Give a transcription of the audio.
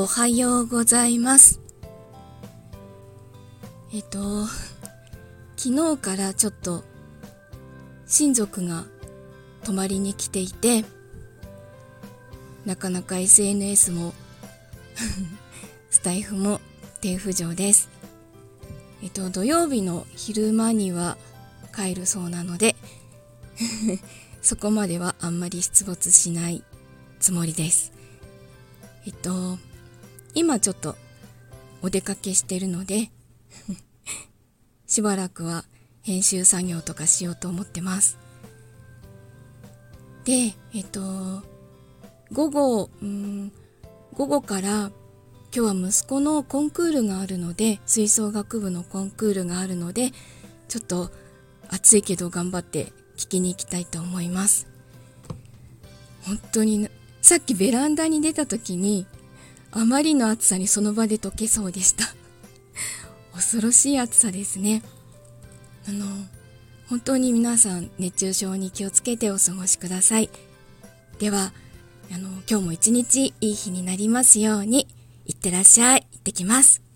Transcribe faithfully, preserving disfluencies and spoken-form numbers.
おはようございます。えっと昨日からちょっと親族が泊まりに来ていて、なかなか エスエヌエス もスタイフも低浮上です。えっと土曜日の昼間には帰るそうなのでそこまではあんまり出没しないつもりです。えっと今ちょっとお出かけしてるのでしばらくは編集作業とかしようと思ってます。で、えっと午後、うん、午後から今日は息子のコンクールがあるので、吹奏楽部のコンクールがあるので、ちょっと暑いけど頑張って聞きに行きたいと思います。本当にさっきベランダに出た時にあまりの暑さにその場で溶けそうでした恐ろしい暑さですね。あの本当に皆さん熱中症に気をつけてお過ごしください。ではあの今日も一日いい日になりますように。いってらっしゃい。行ってきます。